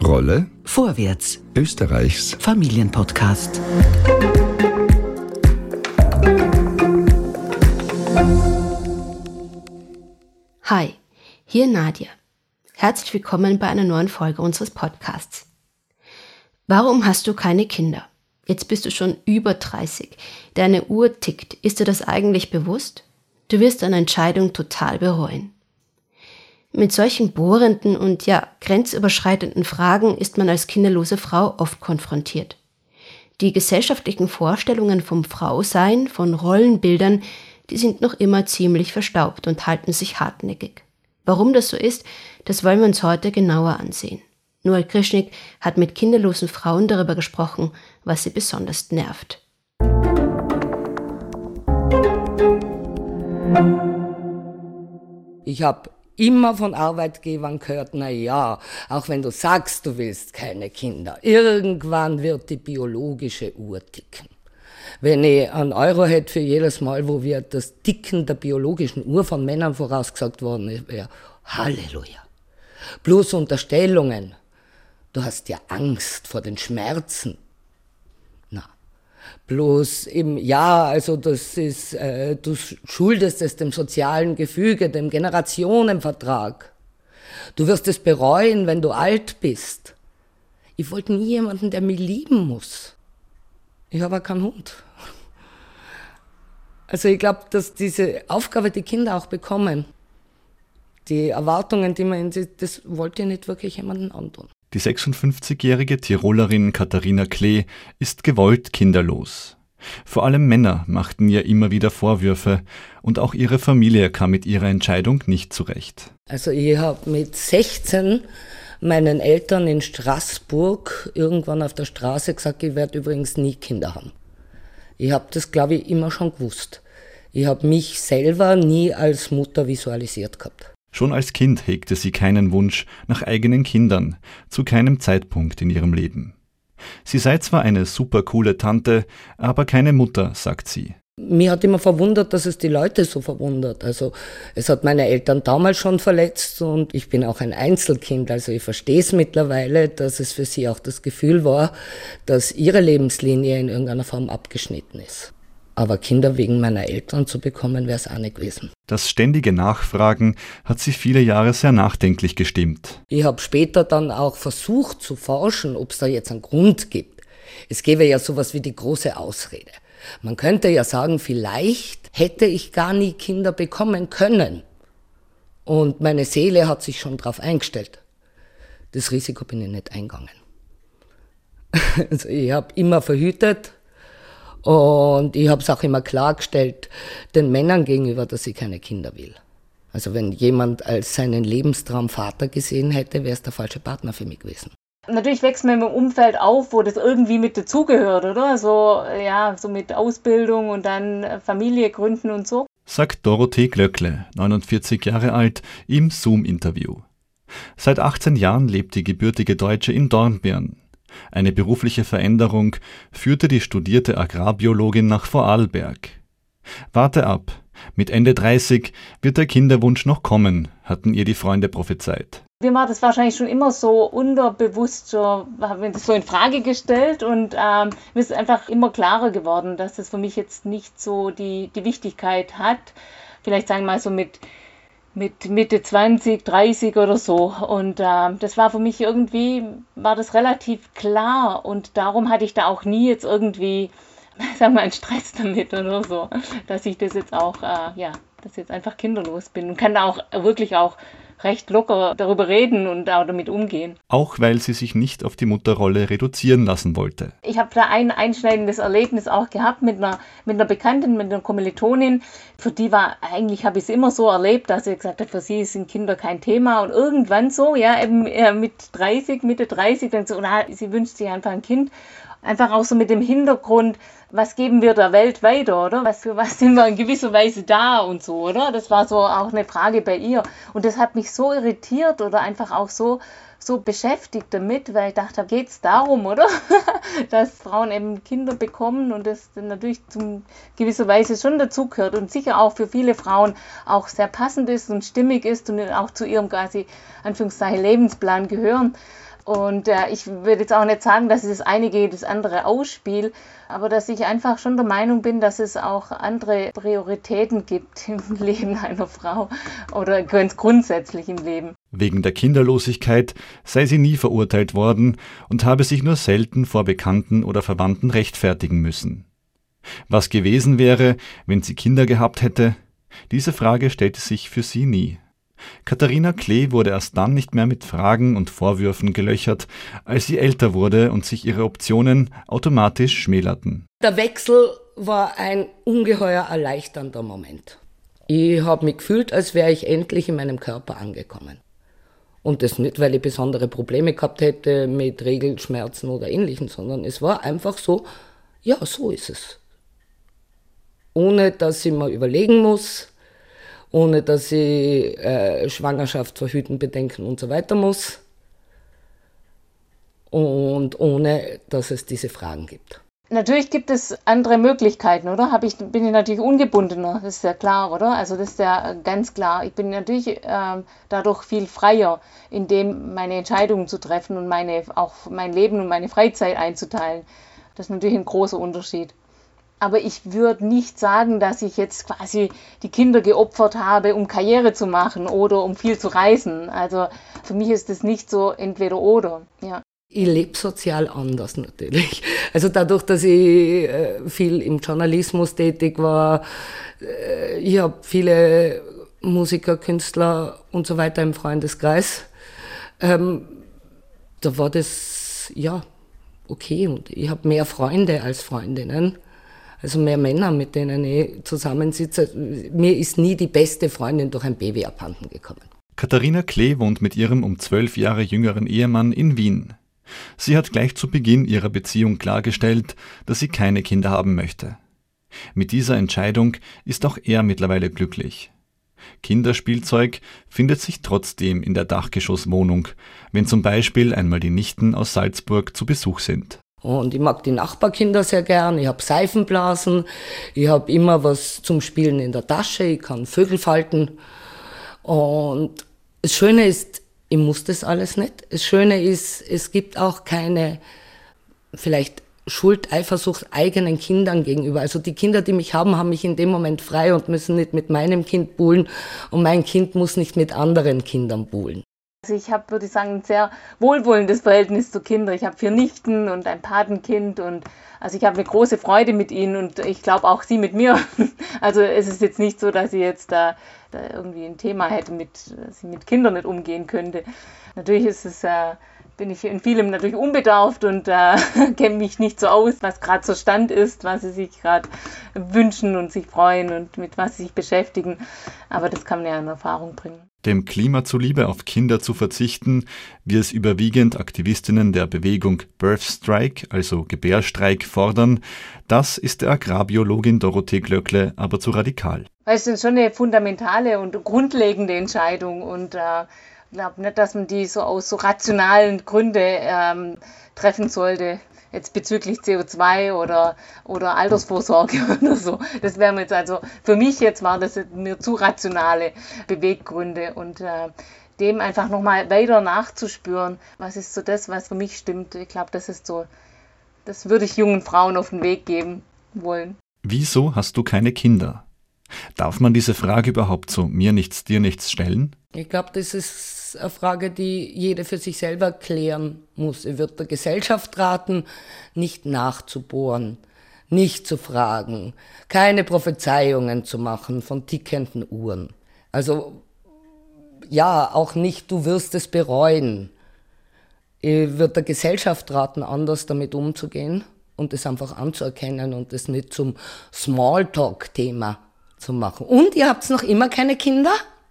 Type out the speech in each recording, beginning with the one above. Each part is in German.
Rolle Vorwärts, Österreichs Familienpodcast. Hi, hier Nadja. Herzlich willkommen bei einer neuen Folge unseres Podcasts. Warum hast du keine Kinder? Jetzt bist du schon über 30. Deine Uhr tickt. Ist dir das eigentlich bewusst? Du wirst deine Entscheidung total bereuen. Mit solchen bohrenden und grenzüberschreitenden Fragen ist man als kinderlose Frau oft konfrontiert. Die gesellschaftlichen Vorstellungen vom Frausein, von Rollenbildern, die sind noch immer ziemlich verstaubt und halten sich hartnäckig. Warum das so ist, das wollen wir uns heute genauer ansehen. Noel Krischnick hat mit kinderlosen Frauen darüber gesprochen, was sie besonders nervt. Ich habe immer von Arbeitgebern gehört, na ja, auch wenn du sagst, du willst keine Kinder, irgendwann wird die biologische Uhr ticken. Wenn ich einen Euro hätte für jedes Mal, wo wir das Ticken der biologischen Uhr von Männern vorausgesagt worden wäre, Halleluja. Bloß Unterstellungen. Du hast ja Angst vor den Schmerzen. Na, bloß eben, das ist, du schuldest es dem sozialen Gefüge, dem Generationenvertrag. Du wirst es bereuen, wenn du alt bist. Ich wollte nie jemanden, der mich lieben muss. Ich habe auch keinen Hund. Also ich glaube, dass diese Aufgabe die Kinder auch bekommen, die Erwartungen, die man das wollte ich nicht wirklich jemandem antun. Die 56-jährige Tirolerin Katharina Klee ist gewollt kinderlos. Vor allem Männer machten ihr immer wieder Vorwürfe und auch ihre Familie kam mit ihrer Entscheidung nicht zurecht. Also ich habe mit 16 meinen Eltern in Straßburg irgendwann auf der Straße gesagt, ich werde übrigens nie Kinder haben. Ich habe das, glaube ich, immer schon gewusst. Ich habe mich selber nie als Mutter visualisiert gehabt. Schon als Kind hegte sie keinen Wunsch nach eigenen Kindern, zu keinem Zeitpunkt in ihrem Leben. Sie sei zwar eine super coole Tante, aber keine Mutter, sagt sie. Mich hat immer verwundert, dass es die Leute so verwundert. Also es hat meine Eltern damals schon verletzt und ich bin auch ein Einzelkind. Also ich verstehe es mittlerweile, dass es für sie auch das Gefühl war, dass ihre Lebenslinie in irgendeiner Form abgeschnitten ist. Aber Kinder wegen meiner Eltern zu bekommen, wäre es auch nicht gewesen. Das ständige Nachfragen hat sie viele Jahre sehr nachdenklich gestimmt. Ich habe später dann auch versucht zu forschen, ob es da jetzt einen Grund gibt. Es gäbe ja sowas wie die große Ausrede. Man könnte ja sagen, vielleicht hätte ich gar nie Kinder bekommen können. Und meine Seele hat sich schon darauf eingestellt. Das Risiko bin ich nicht eingegangen. Also ich habe immer verhütet und ich habe es auch immer klargestellt den Männern gegenüber, dass ich keine Kinder will. Also wenn jemand als seinen Lebenstraum Vater gesehen hätte, wäre es der falsche Partner für mich gewesen. Natürlich wächst man im Umfeld auf, wo das irgendwie mit dazugehört, oder? So mit Ausbildung und dann Familie gründen und so. Sagt Dorothee Glöckle, 49 Jahre alt, im Zoom-Interview. Seit 18 Jahren lebt die gebürtige Deutsche in Dornbirn. Eine berufliche Veränderung führte die studierte Agrarbiologin nach Vorarlberg. Warte ab, mit Ende 30 wird der Kinderwunsch noch kommen, hatten ihr die Freunde prophezeit. Mir war das wahrscheinlich schon immer so unterbewusst, haben wir das so in Frage gestellt und mir ist einfach immer klarer geworden, dass das für mich jetzt nicht so die Wichtigkeit hat. Vielleicht sagen wir mal so mit Mitte 20, 30 oder so. Und das war für mich war das relativ klar und darum hatte ich da auch nie jetzt irgendwie, sagen wir, einen Stress damit oder so, dass ich das jetzt auch, dass ich jetzt einfach kinderlos bin und kann da auch wirklich auch recht locker darüber reden und auch damit umgehen. Auch weil sie sich nicht auf die Mutterrolle reduzieren lassen wollte. Ich habe da ein einschneidendes Erlebnis auch gehabt mit einer Bekannten, mit einer Kommilitonin. Für die habe ich es immer so erlebt, dass sie gesagt hat, für sie sind Kinder kein Thema. Und irgendwann so, Mitte 30, dann so, sie wünscht sich einfach ein Kind. Einfach auch so mit dem Hintergrund, was geben wir der Welt weiter, oder? Für was sind wir in gewisser Weise da und so, oder? Das war so auch eine Frage bei ihr. Und das hat mich so irritiert oder einfach auch so beschäftigt damit, weil ich dachte, geht's darum, oder? Dass Frauen eben Kinder bekommen und das dann natürlich zum gewisser Weise schon dazugehört und sicher auch für viele Frauen auch sehr passend ist und stimmig ist und auch zu ihrem quasi, Anführungszeichen, Lebensplan gehören. Und ich würde jetzt auch nicht sagen, dass es das eine gegen das andere ausspielt, aber dass ich einfach schon der Meinung bin, dass es auch andere Prioritäten gibt im Leben einer Frau oder ganz grundsätzlich im Leben. Wegen der Kinderlosigkeit sei sie nie verurteilt worden und habe sich nur selten vor Bekannten oder Verwandten rechtfertigen müssen. Was gewesen wäre, wenn sie Kinder gehabt hätte? Diese Frage stellte sich für sie nie. Katharina Klee wurde erst dann nicht mehr mit Fragen und Vorwürfen gelöchert, als sie älter wurde und sich ihre Optionen automatisch schmälerten. Der Wechsel war ein ungeheuer erleichternder Moment. Ich habe mich gefühlt, als wäre ich endlich in meinem Körper angekommen. Und das nicht, weil ich besondere Probleme gehabt hätte mit Regelschmerzen oder Ähnlichem, sondern es war einfach so, ja, so ist es. Ohne dass ich mir überlegen muss, ohne dass ich Schwangerschaft verhüten, bedenken und so weiter muss. Und ohne, dass es diese Fragen gibt. Natürlich gibt es andere Möglichkeiten, oder? Bin ich natürlich ungebundener, das ist ja klar, oder? Also das ist ja ganz klar. Ich bin natürlich dadurch viel freier, in dem meine Entscheidungen zu treffen und auch mein Leben und meine Freizeit einzuteilen. Das ist natürlich ein großer Unterschied. Aber ich würde nicht sagen, dass ich jetzt quasi die Kinder geopfert habe, um Karriere zu machen oder um viel zu reisen. Also für mich ist das nicht so entweder oder. Ja. Ich lebe sozial anders natürlich. Also dadurch, dass ich viel im Journalismus tätig war, ich habe viele Musiker, Künstler und so weiter im Freundeskreis. Da war das, ja, okay. Und ich habe mehr Freunde als Freundinnen. Also mehr Männer, mit denen ich zusammensitze. Mir ist nie die beste Freundin durch ein Baby abhanden gekommen. Katharina Klee wohnt mit ihrem um 12 Jahre jüngeren Ehemann in Wien. Sie hat gleich zu Beginn ihrer Beziehung klargestellt, dass sie keine Kinder haben möchte. Mit dieser Entscheidung ist auch er mittlerweile glücklich. Kinderspielzeug findet sich trotzdem in der Dachgeschosswohnung, wenn zum Beispiel einmal die Nichten aus Salzburg zu Besuch sind. Und ich mag die Nachbarkinder sehr gern, ich habe Seifenblasen, ich habe immer was zum Spielen in der Tasche, ich kann Vögel falten. Und das Schöne ist, ich muss das alles nicht. Das Schöne ist, es gibt auch keine vielleicht Schuld, Eifersucht eigenen Kindern gegenüber. Also die Kinder, die mich haben, haben mich in dem Moment frei und müssen nicht mit meinem Kind buhlen und mein Kind muss nicht mit anderen Kindern buhlen. Also ich habe, würde ich sagen, ein sehr wohlwollendes Verhältnis zu Kindern. Ich habe 4 Nichten und ein Patenkind und also ich habe eine große Freude mit ihnen und ich glaube auch sie mit mir. Also es ist jetzt nicht so, dass ich jetzt da irgendwie ein Thema hätte, dass ich mit Kindern nicht umgehen könnte. Natürlich bin ich in vielem natürlich unbedarft und kenne mich nicht so aus, was gerade so Stand ist, was sie sich gerade wünschen und sich freuen und mit was sie sich beschäftigen. Aber das kann man ja in Erfahrung bringen. Dem Klima zuliebe auf Kinder zu verzichten, wie es überwiegend Aktivistinnen der Bewegung Birth Strike, also Gebärstreik, fordern, das ist der Agrarbiologin Dorothee Glöckle aber zu radikal. Es ist schon eine fundamentale und grundlegende Entscheidung und ich glaube nicht, dass man die so aus so rationalen Gründen treffen sollte. Jetzt bezüglich CO2 oder Altersvorsorge oder so. Das wären jetzt also, für mich jetzt war das mir zu rationale Beweggründe und dem einfach nochmal weiter nachzuspüren, was ist so das, was für mich stimmt. Ich glaube, das ist so, das würde ich jungen Frauen auf den Weg geben wollen. Wieso hast du keine Kinder? Darf man diese Frage überhaupt so mir nichts, dir nichts stellen? Ich glaube, das ist eine Frage, die jeder für sich selber klären muss. Ich würde der Gesellschaft raten, nicht nachzubohren, nicht zu fragen, keine Prophezeiungen zu machen von tickenden Uhren. Also ja, auch nicht, du wirst es bereuen. Ich würde der Gesellschaft raten, anders damit umzugehen und es einfach anzuerkennen und es nicht zum Smalltalk-Thema zu machen. Und ihr habt noch immer keine Kinder?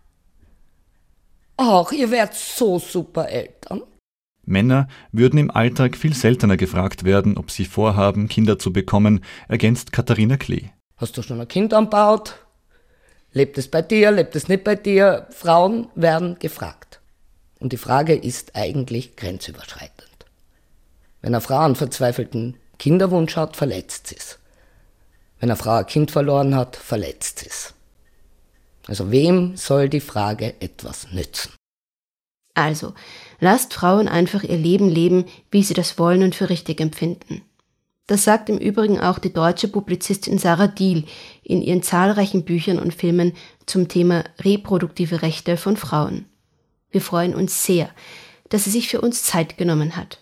Ach, ihr werdet so super Eltern. Männer würden im Alltag viel seltener gefragt werden, ob sie vorhaben, Kinder zu bekommen, ergänzt Katharina Klee. Hast du schon ein Kind angebaut? Lebt es bei dir, lebt es nicht bei dir? Frauen werden gefragt. Und die Frage ist eigentlich grenzüberschreitend. Wenn eine Frau einen verzweifelten Kinderwunsch hat, verletzt sie es. Wenn eine Frau ein Kind verloren hat, verletzt sie es. Also wem soll die Frage etwas nützen? Also, Lasst Frauen einfach ihr Leben leben, wie sie das wollen und für richtig empfinden. Das sagt im Übrigen auch die deutsche Publizistin Sarah Diehl in ihren zahlreichen Büchern und Filmen zum Thema reproduktive Rechte von Frauen. Wir freuen uns sehr, dass sie sich für uns Zeit genommen hat.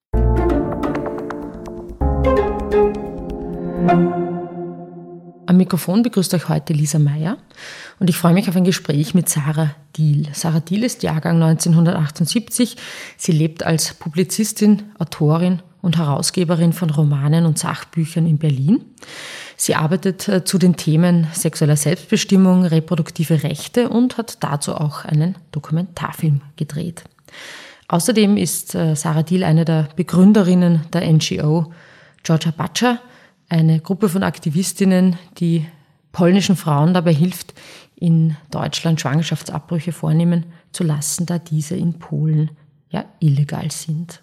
Am Mikrofon begrüßt euch heute Lisa Meyer und ich freue mich auf ein Gespräch mit Sarah Diehl. Sarah Diehl ist Jahrgang 1978. Sie lebt als Publizistin, Autorin und Herausgeberin von Romanen und Sachbüchern in Berlin. Sie arbeitet zu den Themen sexueller Selbstbestimmung, reproduktive Rechte und hat dazu auch einen Dokumentarfilm gedreht. Außerdem ist Sarah Diehl eine der Begründerinnen der NGO Georgia Butcher, eine Gruppe von Aktivistinnen, die polnischen Frauen dabei hilft, in Deutschland Schwangerschaftsabbrüche vornehmen zu lassen, da diese in Polen ja illegal sind.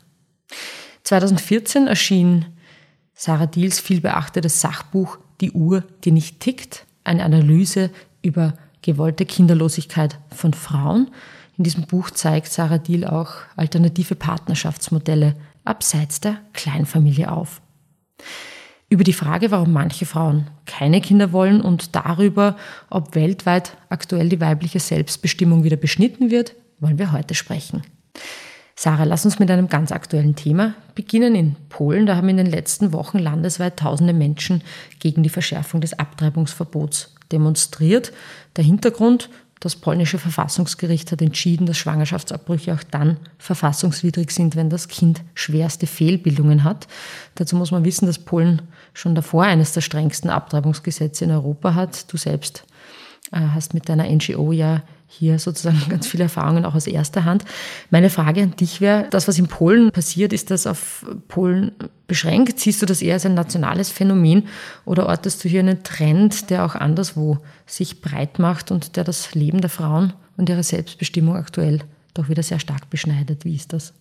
2014 erschien Sarah Diehls vielbeachtetes Sachbuch Die Uhr, die nicht tickt, eine Analyse über gewollte Kinderlosigkeit von Frauen. In diesem Buch zeigt Sarah Diehl auch alternative Partnerschaftsmodelle abseits der Kleinfamilie auf. Über die Frage, warum manche Frauen keine Kinder wollen und darüber, ob weltweit aktuell die weibliche Selbstbestimmung wieder beschnitten wird, wollen wir heute sprechen. Sarah, lass uns mit einem ganz aktuellen Thema beginnen. In Polen, da haben in den letzten Wochen landesweit tausende Menschen gegen die Verschärfung des Abtreibungsverbots demonstriert. Der Hintergrund: Das polnische Verfassungsgericht hat entschieden, dass Schwangerschaftsabbrüche auch dann verfassungswidrig sind, wenn das Kind schwerste Fehlbildungen hat. Dazu muss man wissen, dass Polen schon davor eines der strengsten Abtreibungsgesetze in Europa hat. Du selbst hast mit deiner NGO ja hier sozusagen ganz viele Erfahrungen auch aus erster Hand. Meine Frage an dich wäre, das, was in Polen passiert, ist das auf Polen beschränkt? Siehst du das eher als ein nationales Phänomen oder ortest du hier einen Trend, der auch anderswo sich breit macht und der das Leben der Frauen und ihre Selbstbestimmung aktuell doch wieder sehr stark beschneidet? Wie ist das?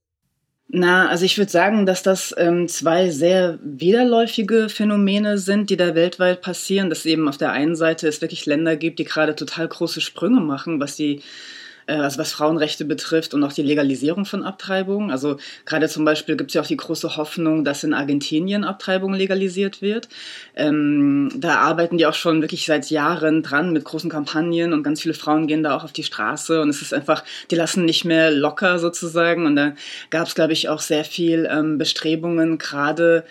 Also ich würde sagen, dass das zwei sehr widerläufige Phänomene sind, die da weltweit passieren. Dass eben auf der einen Seite es wirklich Länder gibt, die gerade total große Sprünge machen, was Frauenrechte betrifft und auch die Legalisierung von Abtreibung. Also gerade zum Beispiel gibt es ja auch die große Hoffnung, dass in Argentinien Abtreibung legalisiert wird. Da arbeiten die auch schon wirklich seit Jahren dran mit großen Kampagnen und ganz viele Frauen gehen da auch auf die Straße und es ist einfach, die lassen nicht mehr locker sozusagen. Und da gab es, glaube ich, auch sehr viel Bestrebungen, gerade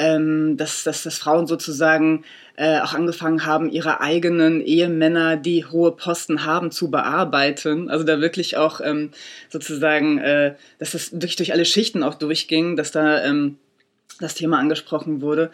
dass Frauen sozusagen auch angefangen haben, ihre eigenen Ehemänner, die hohe Posten haben, zu bearbeiten. Also da wirklich auch sozusagen, dass das wirklich durch alle Schichten auch durchging, dass da das Thema angesprochen wurde.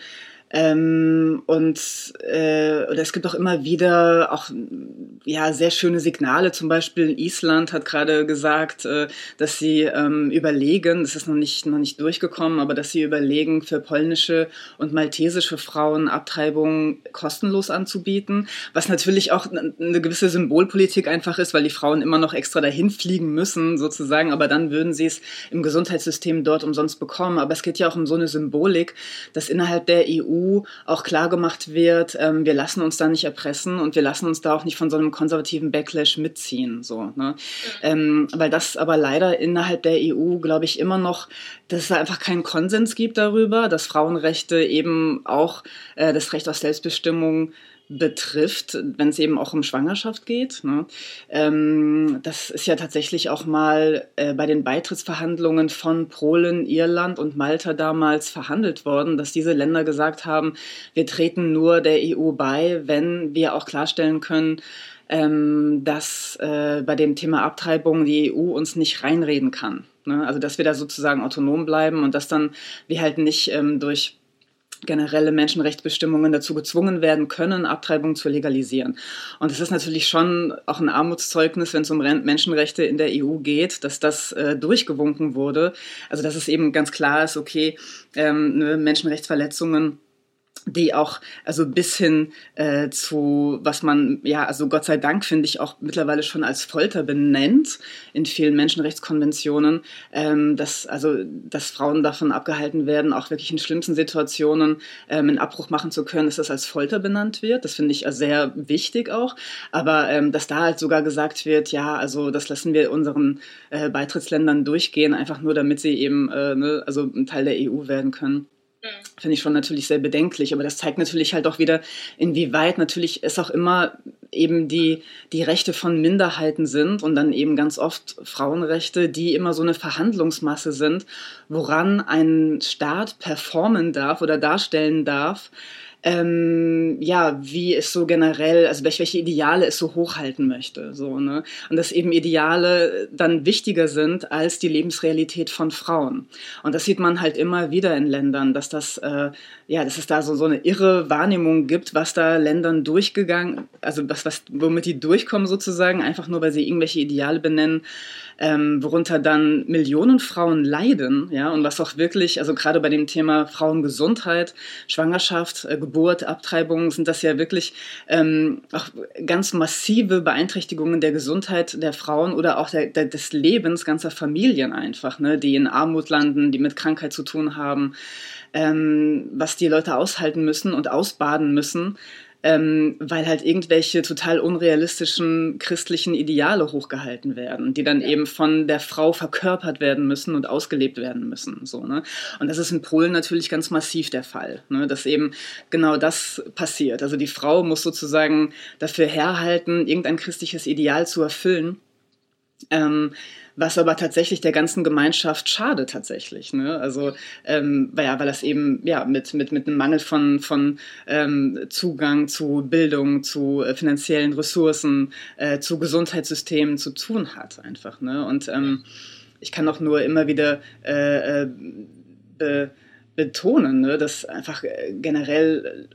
Und es gibt auch immer wieder auch sehr schöne Signale. Zum Beispiel Island hat gerade gesagt, dass sie überlegen, das ist noch nicht durchgekommen, aber dass sie überlegen, für polnische und maltesische Frauen Abtreibung kostenlos anzubieten, was natürlich auch eine gewisse Symbolpolitik einfach ist, weil die Frauen immer noch extra dahin fliegen müssen sozusagen, aber dann würden sie es im Gesundheitssystem dort umsonst bekommen. Aber es geht ja auch um so eine Symbolik, dass innerhalb der EU auch klar gemacht wird, wir lassen uns da nicht erpressen und wir lassen uns da auch nicht von so einem konservativen Backlash mitziehen. So, ne? Weil das aber leider innerhalb der EU, glaube ich, immer noch, dass es da einfach keinen Konsens gibt darüber, dass Frauenrechte eben auch das Recht auf Selbstbestimmung betrifft, wenn es eben auch um Schwangerschaft geht. Ne? Das ist ja tatsächlich auch mal bei den Beitrittsverhandlungen von Polen, Irland und Malta damals verhandelt worden, dass diese Länder gesagt haben, wir treten nur der EU bei, wenn wir auch klarstellen können, dass bei dem Thema Abtreibung die EU uns nicht reinreden kann. Ne? Also dass wir da sozusagen autonom bleiben und dass dann wir halt nicht durch generelle Menschenrechtsbestimmungen dazu gezwungen werden können, Abtreibung zu legalisieren. Und es ist natürlich schon auch ein Armutszeugnis, wenn es um Menschenrechte in der EU geht, dass das durchgewunken wurde. Also dass es eben ganz klar ist, okay, Menschenrechtsverletzungen die auch, also bis hin zu, was man, ja, also Gott sei Dank, finde ich, auch mittlerweile schon als Folter benennt in vielen Menschenrechtskonventionen, dass Frauen davon abgehalten werden, auch wirklich in schlimmsten Situationen einen Abbruch machen zu können, dass das als Folter benannt wird. Das finde ich sehr wichtig auch. Aber dass da halt sogar gesagt wird, ja, also das lassen wir unseren Beitrittsländern durchgehen, einfach nur, damit sie eben also ein Teil der EU werden können. Finde ich schon natürlich sehr bedenklich, aber das zeigt natürlich halt auch wieder, inwieweit natürlich es auch immer eben die Rechte von Minderheiten sind und dann eben ganz oft Frauenrechte, die immer so eine Verhandlungsmasse sind, woran ein Staat performen darf oder darstellen darf, wie es so generell, also welche Ideale es so hochhalten möchte, so, ne? Und dass eben Ideale dann wichtiger sind als die Lebensrealität von Frauen. Und das sieht man halt immer wieder in Ländern, dass dass es da so eine irre Wahrnehmung gibt, was da Ländern durchgegangen, also womit die durchkommen sozusagen, einfach nur, weil sie irgendwelche Ideale benennen, worunter dann Millionen Frauen leiden, ja, und was auch wirklich, also gerade bei dem Thema Frauengesundheit, Schwangerschaft, Geburt, Abtreibung, sind das ja wirklich auch ganz massive Beeinträchtigungen der Gesundheit der Frauen oder auch des Lebens ganzer Familien einfach, ne, die in Armut landen, die mit Krankheit zu tun haben, was die Leute aushalten müssen und ausbaden müssen, weil halt irgendwelche total unrealistischen christlichen Ideale hochgehalten werden, die dann eben von der Frau verkörpert werden müssen und ausgelebt werden müssen. So, ne? Und das ist in Polen natürlich ganz massiv der Fall, ne? Dass eben genau das passiert. Also die Frau muss sozusagen dafür herhalten, irgendein christliches Ideal zu erfüllen, was aber tatsächlich der ganzen Gemeinschaft schadet tatsächlich, ne? Also weil das eben mit einem Mangel von Zugang zu Bildung, zu finanziellen Ressourcen, zu Gesundheitssystemen zu tun hat einfach, ne? Und ich kann auch nur immer wieder betonen, ne, dass einfach generell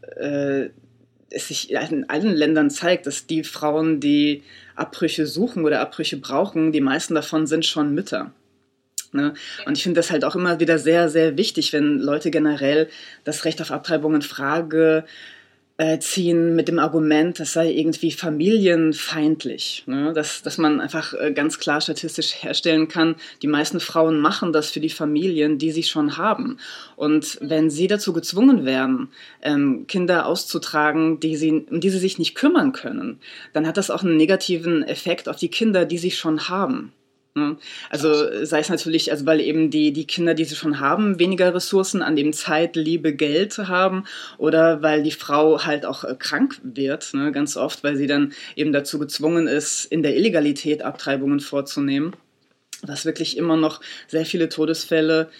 es sich in allen Ländern zeigt, dass die Frauen, die Abbrüche suchen oder Abbrüche brauchen, die meisten davon sind schon Mütter. Ne? Und ich finde das halt auch immer wieder sehr, sehr wichtig, wenn Leute generell das Recht auf Abtreibung in Frage ziehen mit dem Argument, das sei irgendwie familienfeindlich. Ne? Dass man einfach ganz klar statistisch herstellen kann, die meisten Frauen machen das für die Familien, die sie schon haben. Und wenn sie dazu gezwungen werden, Kinder auszutragen, um die sie sich nicht kümmern können, dann hat das auch einen negativen Effekt auf die Kinder, die sie schon haben. Also sei es natürlich, also weil eben die Kinder, die sie schon haben, weniger Ressourcen an dem Zeit, Liebe, Geld haben oder weil die Frau halt auch krank wird, ne, ganz oft, weil sie dann eben dazu gezwungen ist, in der Illegalität Abtreibungen vorzunehmen, was wirklich immer noch sehr viele Todesfälle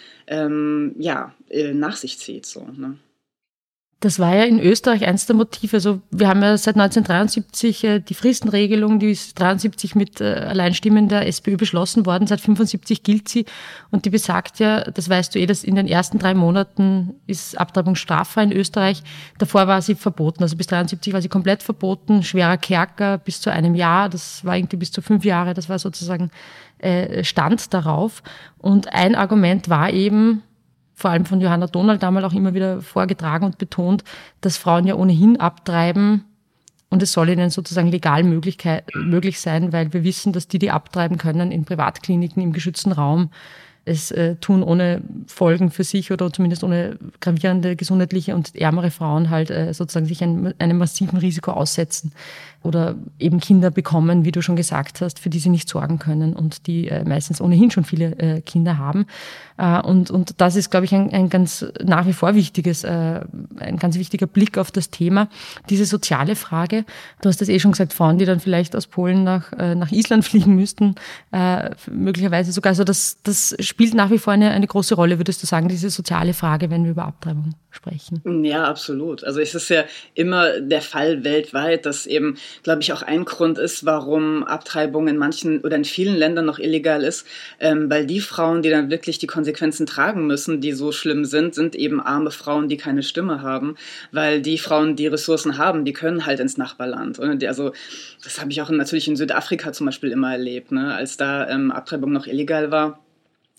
nach sich zieht. So, ne? Das war ja in Österreich eins der Motive. Also wir haben ja seit 1973 die Fristenregelung, die ist 1973 mit Alleinstimmen der SPÖ beschlossen worden. Seit 1975 gilt sie und die besagt ja, das weißt du dass in den ersten 3 Monaten ist Abtreibung straffrei in Österreich. Davor war sie verboten, also bis 1973 war sie komplett verboten. Schwerer Kerker bis zu 1 Jahr, das war irgendwie bis zu 5 Jahre, das war sozusagen Stand darauf. Und ein Argument war eben, vor allem von Johanna Donald damals auch immer wieder vorgetragen und betont, dass Frauen ja ohnehin abtreiben und es soll ihnen sozusagen legal möglich sein, weil wir wissen, dass die abtreiben können in Privatkliniken im geschützten Raum, es tun ohne Folgen für sich oder zumindest ohne gravierende gesundheitliche und ärmere Frauen halt sozusagen sich einem massiven Risiko aussetzen oder eben Kinder bekommen, wie du schon gesagt hast, für die sie nicht sorgen können und die meistens ohnehin schon viele Kinder haben. Und das ist, glaube ich, ein ganz nach wie vor ein ganz wichtiger Blick auf das Thema, diese soziale Frage. Du hast das schon gesagt, Frauen, die dann vielleicht aus Polen nach Island fliegen müssten, möglicherweise sogar. Also das spielt nach wie vor eine große Rolle, würdest du sagen, diese soziale Frage, wenn wir über Abtreibung sprechen? Ja, absolut. Also es ist ja immer der Fall weltweit, dass eben, glaube ich, auch ein Grund ist, warum Abtreibung in manchen oder in vielen Ländern noch illegal ist, weil die Frauen, die dann wirklich die Konsequenzen tragen müssen, die so schlimm sind eben arme Frauen, die keine Stimme haben, weil die Frauen, die Ressourcen haben, die können halt ins Nachbarland. Also das habe ich auch natürlich in Südafrika zum Beispiel immer erlebt, ne? Als da Abtreibung noch illegal war.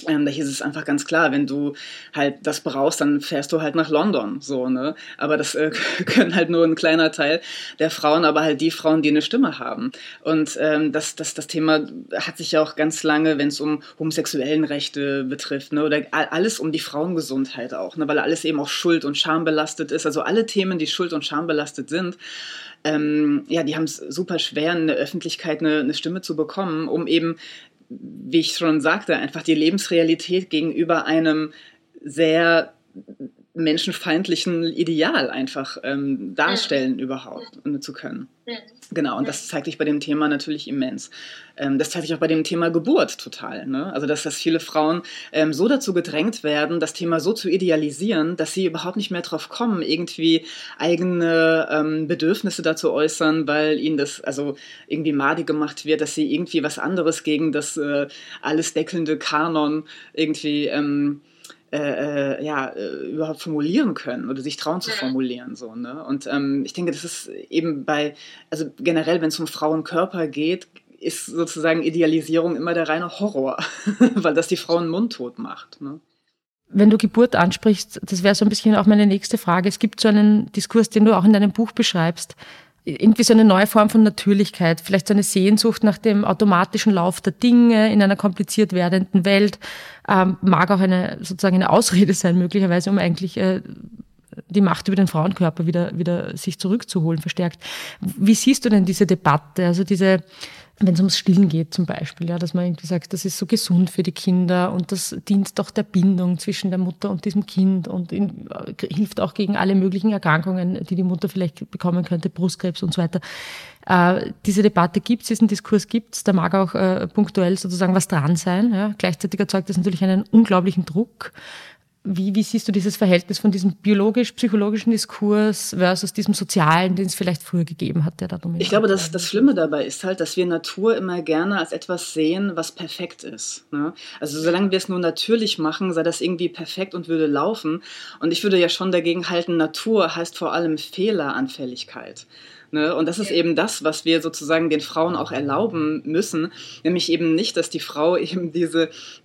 Da hieß es einfach ganz klar, wenn du halt das brauchst, dann fährst du halt nach London, so, ne? Aber das können halt nur ein kleiner Teil der Frauen, aber halt die Frauen, die eine Stimme haben. Und das Thema hat sich ja auch ganz lange, wenn es um homosexuellen Rechte betrifft, ne? Oder alles um die Frauengesundheit auch, ne? Weil alles eben auch Schuld und Scham belastet ist. Also alle Themen, die Schuld und Scham belastet sind, die haben es super schwer, in der Öffentlichkeit eine Stimme zu bekommen, um eben, wie ich schon sagte, einfach die Lebensrealität gegenüber einem sehr menschenfeindlichen Ideal einfach darstellen überhaupt zu können. Genau, und das zeigt sich bei dem Thema natürlich immens. Das zeigt sich auch bei dem Thema Geburt total. Ne? Also dass viele Frauen so dazu gedrängt werden, das Thema so zu idealisieren, dass sie überhaupt nicht mehr drauf kommen, irgendwie eigene Bedürfnisse dazu äußern, weil ihnen das also irgendwie madig gemacht wird, dass sie irgendwie was anderes gegen das alles deckelnde Kanon irgendwie überhaupt formulieren können oder sich trauen zu formulieren. So, ne? Und ich denke, das ist eben also generell, wenn es um Frauenkörper geht, ist sozusagen Idealisierung immer der reine Horror, weil das die Frauen mundtot macht. Ne? Wenn du Geburt ansprichst, das wäre so ein bisschen auch meine nächste Frage. Es gibt so einen Diskurs, den du auch in deinem Buch beschreibst, irgendwie so eine neue Form von Natürlichkeit, vielleicht so eine Sehnsucht nach dem automatischen Lauf der Dinge in einer kompliziert werdenden Welt, mag auch eine Ausrede sein, möglicherweise, um eigentlich die Macht über den Frauenkörper wieder sich zurückzuholen, verstärkt. Wie siehst du denn diese Debatte, also wenn es ums Stillen geht zum Beispiel, ja, dass man irgendwie sagt, das ist so gesund für die Kinder und das dient doch der Bindung zwischen der Mutter und diesem Kind und hilft auch gegen alle möglichen Erkrankungen, die Mutter vielleicht bekommen könnte, Brustkrebs und so weiter. Diese Debatte gibt es, diesen Diskurs gibt es, da mag auch punktuell sozusagen was dran sein. Ja. Gleichzeitig erzeugt das natürlich einen unglaublichen Druck. Wie siehst du dieses Verhältnis von diesem biologisch-psychologischen Diskurs versus diesem sozialen, den es vielleicht früher gegeben hat, der da dominiert? Ich glaube, das Schlimme dabei ist halt, dass wir Natur immer gerne als etwas sehen, was perfekt ist. Ne? Also solange wir es nur natürlich machen, sei das irgendwie perfekt und würde laufen. Und ich würde ja schon dagegen halten, Natur heißt vor allem Fehleranfälligkeit. Ne? Und das ist eben das, was wir sozusagen den Frauen auch erlauben müssen, nämlich eben nicht, dass die Frau eben diese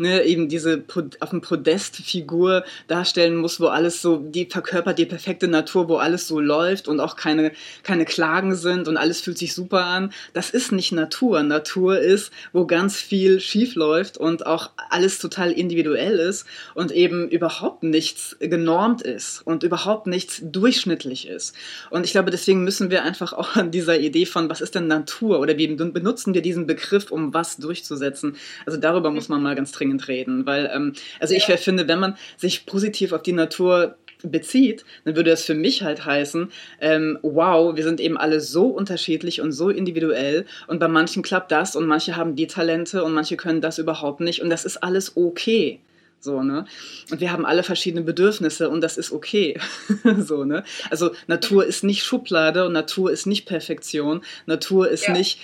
auf dem Podest Figur darstellen muss, wo alles so, die verkörpert die perfekte Natur, wo alles so läuft und auch keine Klagen sind und alles fühlt sich super an. Das ist nicht Natur. Natur ist, wo ganz viel schief läuft und auch alles total individuell ist und eben überhaupt nichts genormt ist und überhaupt nichts durchschnittlich ist. Und ich glaube, deswegen müssen wir einfach auch an dieser Idee von, was ist denn Natur oder wie benutzen wir diesen Begriff, um was durchzusetzen. Also darüber muss man mal ganz dringend reden, weil ich finde, wenn man sich positiv auf die Natur bezieht, dann würde das für mich halt heißen, wow, wir sind eben alle so unterschiedlich und so individuell und bei manchen klappt das und manche haben die Talente und manche können das überhaupt nicht und das ist alles okay. So, ne? Und wir haben alle verschiedene Bedürfnisse und das ist okay. So, ne? Also Natur ist nicht Schublade und Natur ist nicht Perfektion. Natur ist nicht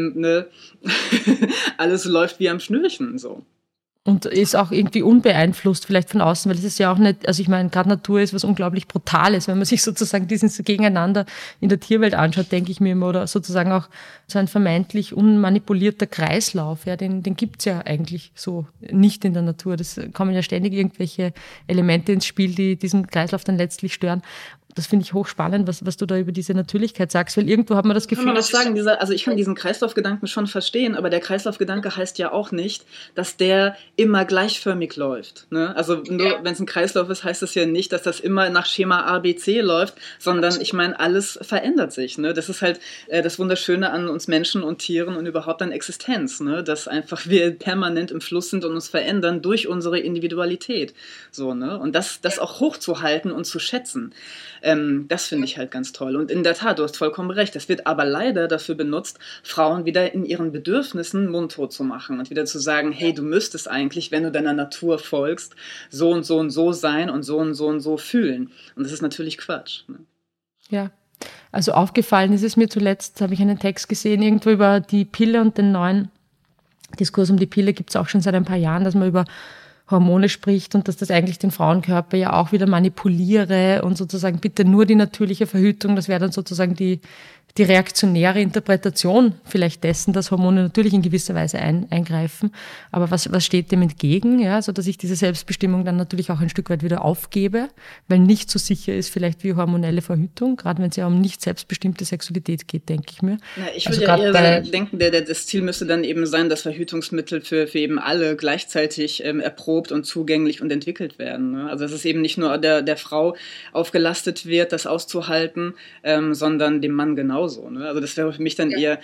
alles läuft wie am Schnürchen. So. Und ist auch irgendwie unbeeinflusst vielleicht von außen, weil es ist ja auch nicht, also ich meine, gerade Natur ist was unglaublich Brutales, wenn man sich sozusagen dieses Gegeneinander in der Tierwelt anschaut, denke ich mir immer, oder sozusagen auch so ein vermeintlich unmanipulierter Kreislauf, ja, den gibt's ja eigentlich so nicht in der Natur. Das kommen ja ständig irgendwelche Elemente ins Spiel, die diesen Kreislauf dann letztlich stören. Das finde ich hochspannend, was du da über diese Natürlichkeit sagst, weil irgendwo hat man das Gefühl... Kann man was sagen? Ich kann diesen Kreislaufgedanken schon verstehen, aber der Kreislaufgedanke heißt ja auch nicht, dass der immer gleichförmig läuft. Ne? Also nur wenn es ein Kreislauf ist, heißt das ja nicht, dass das immer nach Schema A, B, C läuft, sondern ich meine, alles verändert sich. Ne? Das ist halt das Wunderschöne an uns Menschen und Tieren und überhaupt an Existenz, ne? Dass einfach wir permanent im Fluss sind und uns verändern durch unsere Individualität. So, ne? Und das auch hochzuhalten und zu schätzen. Das finde ich halt ganz toll. Und in der Tat, du hast vollkommen recht, das wird aber leider dafür benutzt, Frauen wieder in ihren Bedürfnissen mundtot zu machen und wieder zu sagen, hey, du müsstest eigentlich, wenn du deiner Natur folgst, so und so sein und so und so fühlen. Und das ist natürlich Quatsch. Ne? Ja, also aufgefallen ist es mir zuletzt, habe ich einen Text gesehen, irgendwo über die Pille und den neuen Diskurs um die Pille gibt es auch schon seit ein paar Jahren, dass man über Hormone spricht und dass das eigentlich den Frauenkörper ja auch wieder manipuliere und sozusagen bitte nur die natürliche Verhütung, das wäre dann sozusagen die die reaktionäre Interpretation vielleicht dessen, dass Hormone natürlich in gewisser Weise eingreifen. Aber was steht dem entgegen? Ja, so dass ich diese Selbstbestimmung dann natürlich auch ein Stück weit wieder aufgebe, weil nicht so sicher ist vielleicht wie hormonelle Verhütung, gerade wenn es ja um nicht selbstbestimmte Sexualität geht, denke ich mir. Ja, ich würde eher denken, das Ziel müsste dann eben sein, dass Verhütungsmittel für eben alle gleichzeitig erprobt und zugänglich und entwickelt werden. Ne? Also dass es eben nicht nur der Frau aufgelastet wird, das auszuhalten, sondern dem Mann genauso. Ne? Also das wäre für mich dann eher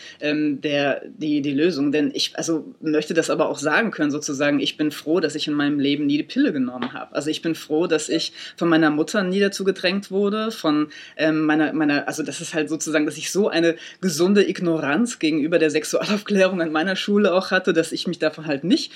die Lösung. Denn ich möchte das aber auch sagen können, sozusagen, ich bin froh, dass ich in meinem Leben nie die Pille genommen habe. Also ich bin froh, dass ich von meiner Mutter nie dazu gedrängt wurde, von also das ist halt sozusagen, dass ich so eine gesunde Ignoranz gegenüber der Sexualaufklärung an meiner Schule auch hatte, dass ich mich davon halt nicht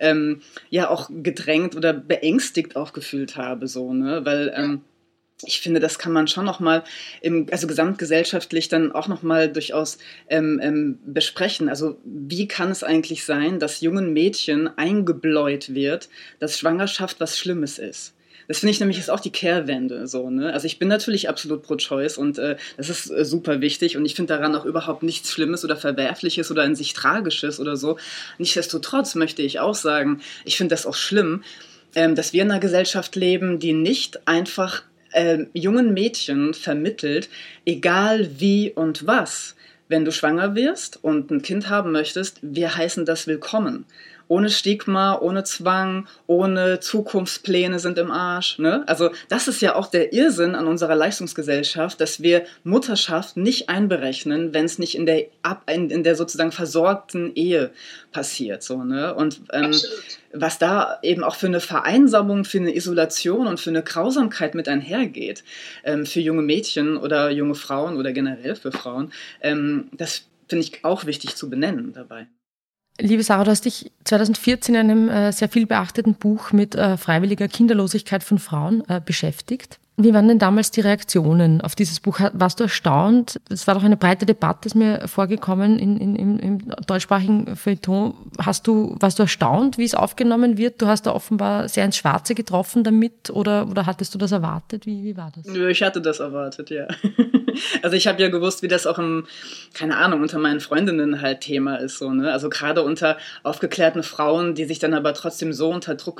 auch gedrängt oder beängstigt auch gefühlt habe. So, ne? Weil ich finde, das kann man schon nochmal gesamtgesellschaftlich dann auch nochmal durchaus besprechen. Also wie kann es eigentlich sein, dass jungen Mädchen eingebläut wird, dass Schwangerschaft was Schlimmes ist? Das finde ich nämlich ist auch die Kehrwende. So, ne? Also ich bin natürlich absolut pro-choice und das ist super wichtig und ich finde daran auch überhaupt nichts Schlimmes oder Verwerfliches oder in sich Tragisches oder so. Nichtsdestotrotz möchte ich auch sagen, ich finde das auch schlimm, dass wir in einer Gesellschaft leben, die nicht einfach jungen Mädchen vermittelt, egal wie und was. Wenn du schwanger wirst und ein Kind haben möchtest, wir heißen das willkommen. Ohne Stigma, ohne Zwang, ohne Zukunftspläne sind im Arsch. Ne? Also das ist ja auch der Irrsinn an unserer Leistungsgesellschaft, dass wir Mutterschaft nicht einberechnen, wenn es nicht in der sozusagen versorgten Ehe passiert. So, ne? Und was da eben auch für eine Vereinsamung, für eine Isolation und für eine Grausamkeit mit einhergeht, für junge Mädchen oder junge Frauen oder generell für Frauen, das finde ich auch wichtig zu benennen dabei. Liebe Sarah, du hast dich 2014 in einem sehr viel beachteten Buch mit freiwilliger Kinderlosigkeit von Frauen beschäftigt. Wie waren denn damals die Reaktionen auf dieses Buch? Warst du erstaunt? Es war doch eine breite Debatte, ist mir vorgekommen im deutschsprachigen Feuilleton. Warst du erstaunt, wie es aufgenommen wird? Du hast da offenbar sehr ins Schwarze getroffen damit oder hattest du das erwartet? Wie war das? Ich hatte das erwartet, ja. Also ich habe ja gewusst, wie das auch unter meinen Freundinnen halt Thema ist. So, ne? Also gerade unter aufgeklärten Frauen, die sich dann aber trotzdem so unter Druck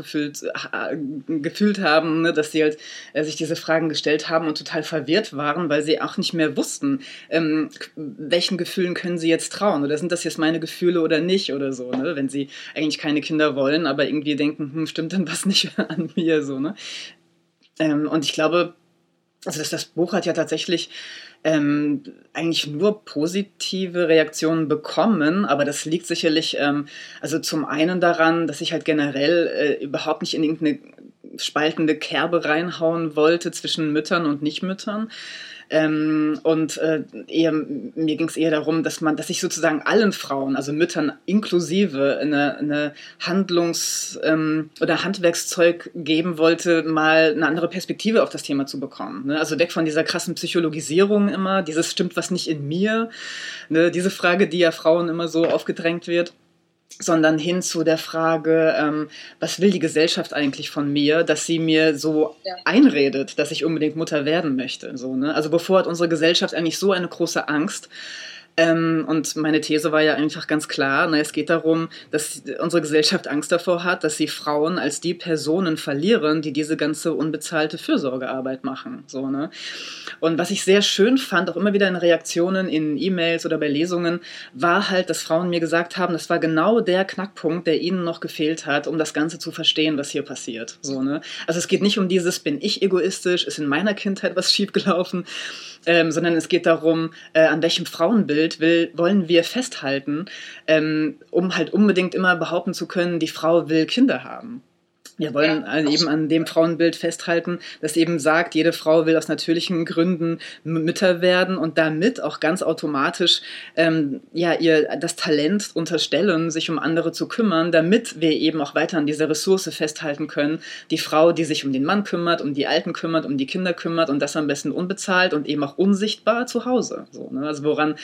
gefühlt haben, ne? Dass sie halt sich diese Fragen gestellt haben und total verwirrt waren, weil sie auch nicht mehr wussten, welchen Gefühlen können sie jetzt trauen oder sind das jetzt meine Gefühle oder nicht oder so, ne? Wenn sie eigentlich keine Kinder wollen, aber irgendwie denken, stimmt denn was nicht an mir, so, ne? Und ich glaube, also das Buch hat ja tatsächlich eigentlich nur positive Reaktionen bekommen, aber das liegt sicherlich zum einen daran, dass ich halt generell überhaupt nicht in irgendeine spaltende Kerbe reinhauen wollte zwischen Müttern und Nichtmüttern. Mir ging es eher darum, dass ich sozusagen allen Frauen, also Müttern inklusive, eine oder Handwerkszeug geben wollte, mal eine andere Perspektive auf das Thema zu bekommen. Ne? Also weg von dieser krassen Psychologisierung immer, dieses stimmt was nicht in mir, ne? Diese Frage, die ja Frauen immer so aufgedrängt wird, sondern hin zu der Frage, was will die Gesellschaft eigentlich von mir, dass sie mir so einredet, dass ich unbedingt Mutter werden möchte. So, ne? Also bevor hat unsere Gesellschaft eigentlich so eine große Angst. Und meine These war ja einfach ganz klar, es geht darum, dass unsere Gesellschaft Angst davor hat, dass sie Frauen als die Personen verlieren, die diese ganze unbezahlte Fürsorgearbeit machen. So, ne? Und was ich sehr schön fand, auch immer wieder in Reaktionen in E-Mails oder bei Lesungen, war halt, dass Frauen mir gesagt haben, das war genau der Knackpunkt, der ihnen noch gefehlt hat, um das Ganze zu verstehen, was hier passiert. So, ne? Also es geht nicht um dieses, bin ich egoistisch, ist in meiner Kindheit was schiefgelaufen, sondern es geht darum, an welchem Frauenbild wollen wir festhalten, um halt unbedingt immer behaupten zu können, die Frau will Kinder haben. Wir wollen eben an dem Frauenbild festhalten, das eben sagt, jede Frau will aus natürlichen Gründen Mütter werden und damit auch ganz automatisch ihr das Talent unterstellen, sich um andere zu kümmern, damit wir eben auch weiter an dieser Ressource festhalten können. Die Frau, die sich um den Mann kümmert, um die Alten kümmert, um die Kinder kümmert und das am besten unbezahlt und eben auch unsichtbar zu Hause. So, ne? Also woran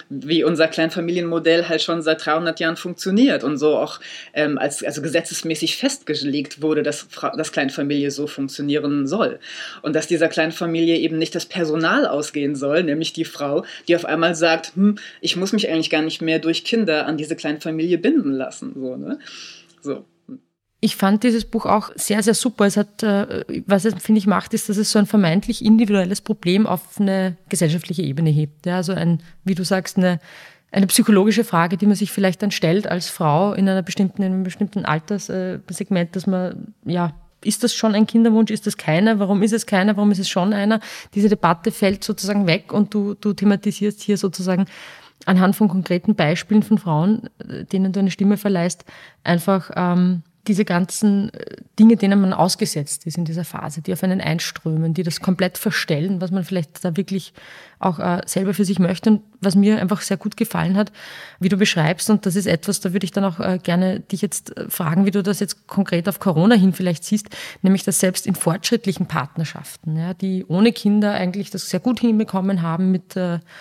wie unser Kleinfamilienmodell halt schon seit 300 Jahren funktioniert und so auch also gesetzesmäßig festgelegt wurde, dass Kleinfamilie so funktionieren soll. Und dass dieser Kleinfamilie eben nicht das Personal ausgehen soll, nämlich die Frau, die auf einmal sagt, ich muss mich eigentlich gar nicht mehr durch Kinder an diese Kleinfamilie binden lassen. So, ne? So. Ich fand dieses Buch auch sehr, sehr super. Es hat, was es, finde ich, macht, ist, dass es so ein vermeintlich individuelles Problem auf eine gesellschaftliche Ebene hebt. Ja, also wie du sagst, eine psychologische Frage, die man sich vielleicht dann stellt als Frau in einem bestimmten Alterssegment, dass man, ist das schon ein Kinderwunsch, ist das keiner, warum ist es keiner, warum ist es schon einer? Diese Debatte fällt sozusagen weg und du thematisierst hier sozusagen anhand von konkreten Beispielen von Frauen, denen du eine Stimme verleihst, einfach diese ganzen Dinge, denen man ausgesetzt ist in dieser Phase, die auf einen einströmen, die das komplett verstellen, was man vielleicht da wirklich auch selber für sich möchte. Und was mir einfach sehr gut gefallen hat, wie du beschreibst, und das ist etwas, da würde ich dann auch gerne dich jetzt fragen, wie du das jetzt konkret auf Corona hin vielleicht siehst, nämlich dass selbst in fortschrittlichen Partnerschaften, ja, die ohne Kinder eigentlich das sehr gut hinbekommen haben mit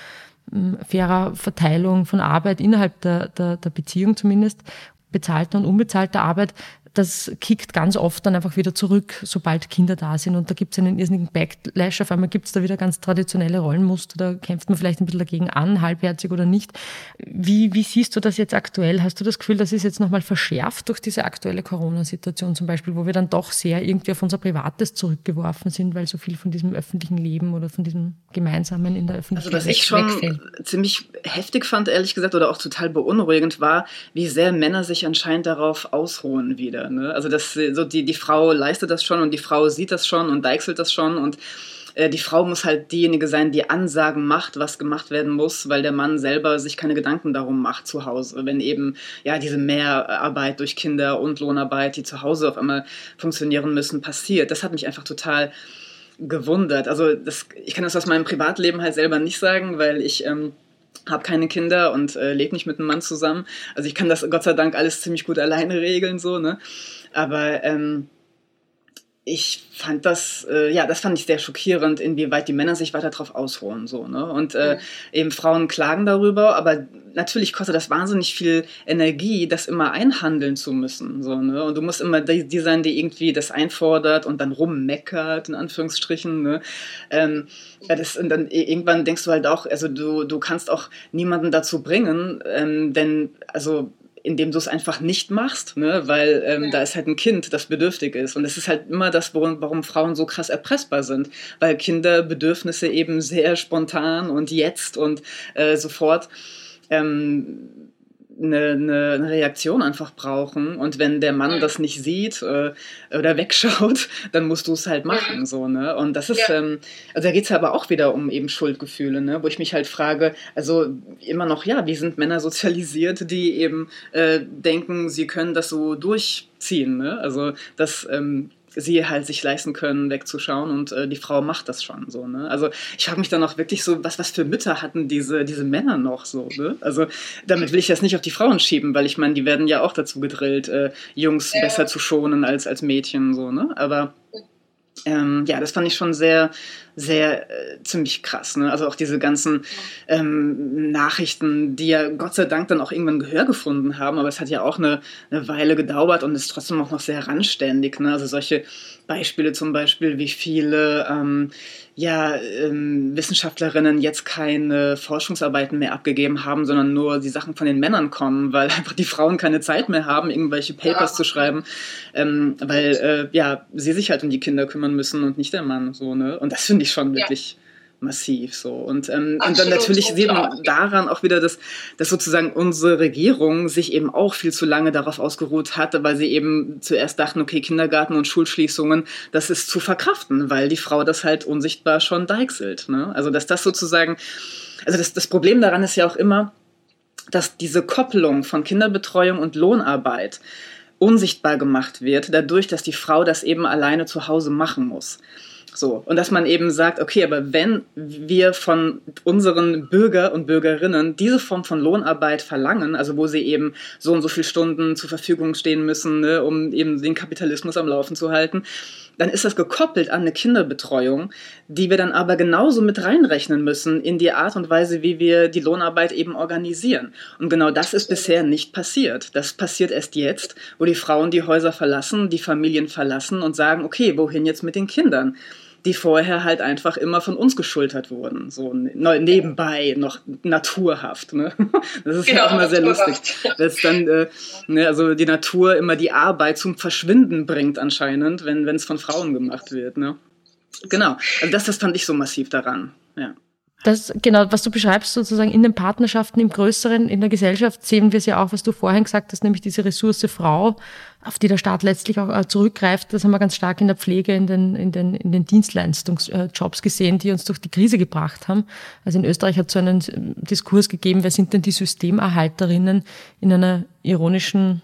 fairer Verteilung von Arbeit innerhalb der Beziehung zumindest, bezahlter und unbezahlter Arbeit, das kickt ganz oft dann einfach wieder zurück, sobald Kinder da sind. Und da gibt es einen irrsinnigen Backlash. Auf einmal gibt es da wieder ganz traditionelle Rollenmuster. Da kämpft man vielleicht ein bisschen dagegen an, halbherzig oder nicht. Wie siehst du das jetzt aktuell? Hast du das Gefühl, das ist jetzt nochmal verschärft durch diese aktuelle Corona-Situation zum Beispiel, wo wir dann doch sehr irgendwie auf unser Privates zurückgeworfen sind, weil so viel von diesem öffentlichen Leben oder von diesem Gemeinsamen in der Öffentlichkeit wegfällt? Also was ich schon ziemlich heftig fand, ehrlich gesagt, oder auch total beunruhigend war, wie sehr Männer sich anscheinend darauf ausruhen wieder. Ne? Also die Frau leistet das schon und die Frau sieht das schon und deichselt das schon und die Frau muss halt diejenige sein, die Ansagen macht, was gemacht werden muss, weil der Mann selber sich keine Gedanken darum macht zu Hause. Wenn eben diese Mehrarbeit durch Kinder und Lohnarbeit, die zu Hause auf einmal funktionieren müssen, passiert. Das hat mich einfach total gewundert. Also ich kann das aus meinem Privatleben halt selber nicht sagen, weil ich habe keine Kinder und lebe nicht mit einem Mann zusammen. Also ich kann das Gott sei Dank alles ziemlich gut alleine regeln, so, ne? Aber ich fand das fand ich sehr schockierend, inwieweit die Männer sich weiter drauf ausruhen, so, ne? Und eben Frauen klagen darüber, aber natürlich kostet das wahnsinnig viel Energie, das immer einhandeln zu müssen, so, ne? Und du musst immer die sein, die irgendwie das einfordert und dann rummeckert, in Anführungsstrichen, ne? Und dann irgendwann denkst du halt auch, also du kannst auch niemanden dazu bringen, indem du es einfach nicht machst, ne? Weil da ist halt ein Kind, das bedürftig ist. Und das ist halt immer das, warum Frauen so krass erpressbar sind. Weil Kinderbedürfnisse eben sehr spontan und jetzt und sofort eine Reaktion einfach brauchen. Und wenn der Mann das nicht sieht oder wegschaut, dann musst du es halt machen. So, ne? Und das ist, also da geht es aber auch wieder um eben Schuldgefühle, ne? Wo ich mich halt frage, also immer noch, wie sind Männer sozialisiert, die eben denken, sie können das so durchziehen. Ne? Also dass sie halt sich leisten können, wegzuschauen und die Frau macht das schon so, ne? Also ich frage mich dann auch wirklich so, was für Mütter hatten diese Männer noch so, ne? Also damit will ich das nicht auf die Frauen schieben, weil ich meine, die werden ja auch dazu gedrillt, Jungs besser zu schonen als Mädchen, so, ne? Aber das fand ich schon sehr, sehr ziemlich krass, ne? Also auch diese ganzen Nachrichten, die ja Gott sei Dank dann auch irgendwann Gehör gefunden haben, aber es hat ja auch eine Weile gedauert und ist trotzdem auch noch sehr randständig, ne? Also solche Beispiele zum Beispiel, wie viele Wissenschaftlerinnen jetzt keine Forschungsarbeiten mehr abgegeben haben, sondern nur die Sachen von den Männern kommen, weil einfach die Frauen keine Zeit mehr haben, irgendwelche Papers zu schreiben, weil sie sich halt um die Kinder kümmern müssen und nicht der Mann, so, ne? Und das finde ich schon wirklich massiv so. Und dann natürlich sieht man daran auch wieder, dass sozusagen unsere Regierung sich eben auch viel zu lange darauf ausgeruht hatte, weil sie eben zuerst dachten, okay, Kindergarten und Schulschließungen, das ist zu verkraften, weil die Frau das halt unsichtbar schon deichselt, ne? Also dass das sozusagen, also das Problem daran ist ja auch immer, dass diese Kopplung von Kinderbetreuung und Lohnarbeit unsichtbar gemacht wird, dadurch, dass die Frau das eben alleine zu Hause machen muss. So, und dass man eben sagt, okay, aber wenn wir von unseren Bürger und Bürgerinnen diese Form von Lohnarbeit verlangen, also wo sie eben so und so viele Stunden zur Verfügung stehen müssen, ne, um eben den Kapitalismus am Laufen zu halten, dann ist das gekoppelt an eine Kinderbetreuung, die wir dann aber genauso mit reinrechnen müssen in die Art und Weise, wie wir die Lohnarbeit eben organisieren. Und genau das ist bisher nicht passiert. Das passiert erst jetzt, wo die Frauen die Häuser verlassen, die Familien verlassen und sagen, okay, wohin jetzt mit den Kindern? Die vorher halt einfach immer von uns geschultert wurden, so nebenbei noch naturhaft. Ne? Das ist ja auch immer sehr lustig, dass dann also die Natur immer die Arbeit zum Verschwinden bringt anscheinend, wenn es von Frauen gemacht wird. Ne? Genau, also das fand ich so massiv daran. Ja. Das, genau, was du beschreibst, sozusagen in den Partnerschaften im Größeren, in der Gesellschaft, sehen wir es ja auch, was du vorhin gesagt hast, nämlich diese Ressource Frau, auf die der Staat letztlich auch zurückgreift. Das haben wir ganz stark in der Pflege, in den Dienstleistungsjobs gesehen, die uns durch die Krise gebracht haben. Also in Österreich hat es so einen Diskurs gegeben, wer sind denn die Systemerhalterinnen, in einer ironischen